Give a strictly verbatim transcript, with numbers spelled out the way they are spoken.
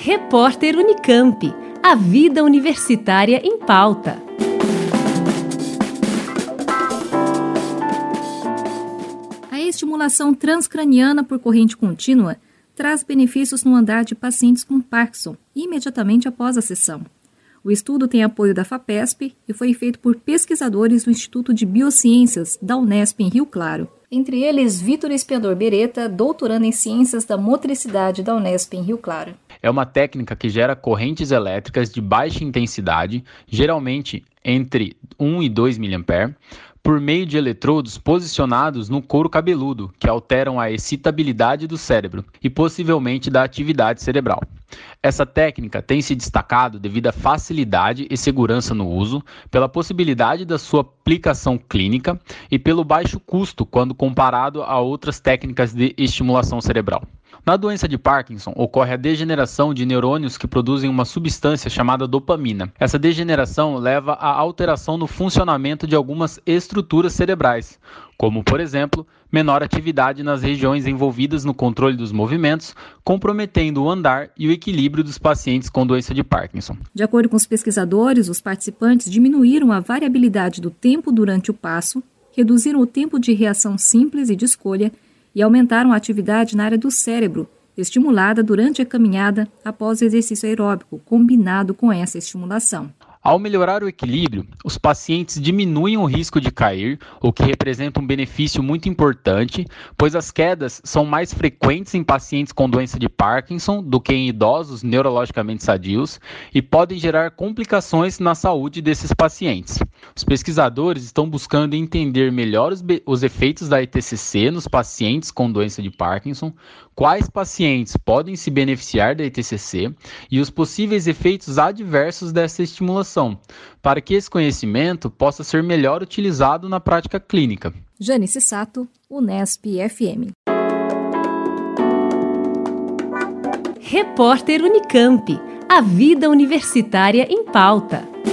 Repórter Unicamp. A vida universitária em pauta. A estimulação transcraniana por corrente contínua traz benefícios no andar de pacientes com Parkinson imediatamente após a sessão. O estudo tem apoio da FAPESP e foi feito por pesquisadores do Instituto de Biociências da Unesp em Rio Claro. Entre eles, Vitor Espiador Beretta, doutorando em Ciências da Motricidade da Unesp em Rio Claro. É uma técnica que gera correntes elétricas de baixa intensidade, geralmente entre um e dois miliamperes, por meio de eletrodos posicionados no couro cabeludo, que alteram a excitabilidade do cérebro e possivelmente da atividade cerebral. Essa técnica tem se destacado devido à facilidade e segurança no uso, pela possibilidade da sua aplicação clínica e pelo baixo custo quando comparado a outras técnicas de estimulação cerebral. Na doença de Parkinson, ocorre a degeneração de neurônios que produzem uma substância chamada dopamina. Essa degeneração leva à alteração no funcionamento de algumas estruturas cerebrais, como, por exemplo, menor atividade nas regiões envolvidas no controle dos movimentos, comprometendo o andar e o equilíbrio dos pacientes com doença de Parkinson. De acordo com os pesquisadores, os participantes diminuíram a variabilidade do tempo durante o passo, reduziram o tempo de reação simples e de escolha, e aumentaram a atividade na área do cérebro, estimulada durante a caminhada após o exercício aeróbico, combinado com essa estimulação. Ao melhorar o equilíbrio, os pacientes diminuem o risco de cair, o que representa um benefício muito importante, pois as quedas são mais frequentes em pacientes com doença de Parkinson do que em idosos neurologicamente sadios e podem gerar complicações na saúde desses pacientes. Os pesquisadores estão buscando entender melhor os, be- os efeitos da E T C C nos pacientes com doença de Parkinson, quais pacientes podem se beneficiar da E T C C e os possíveis efeitos adversos dessa estimulação, para que esse conhecimento possa ser melhor utilizado na prática clínica. Janice Sato, Unesp F M. Repórter Unicamp. A vida universitária em pauta.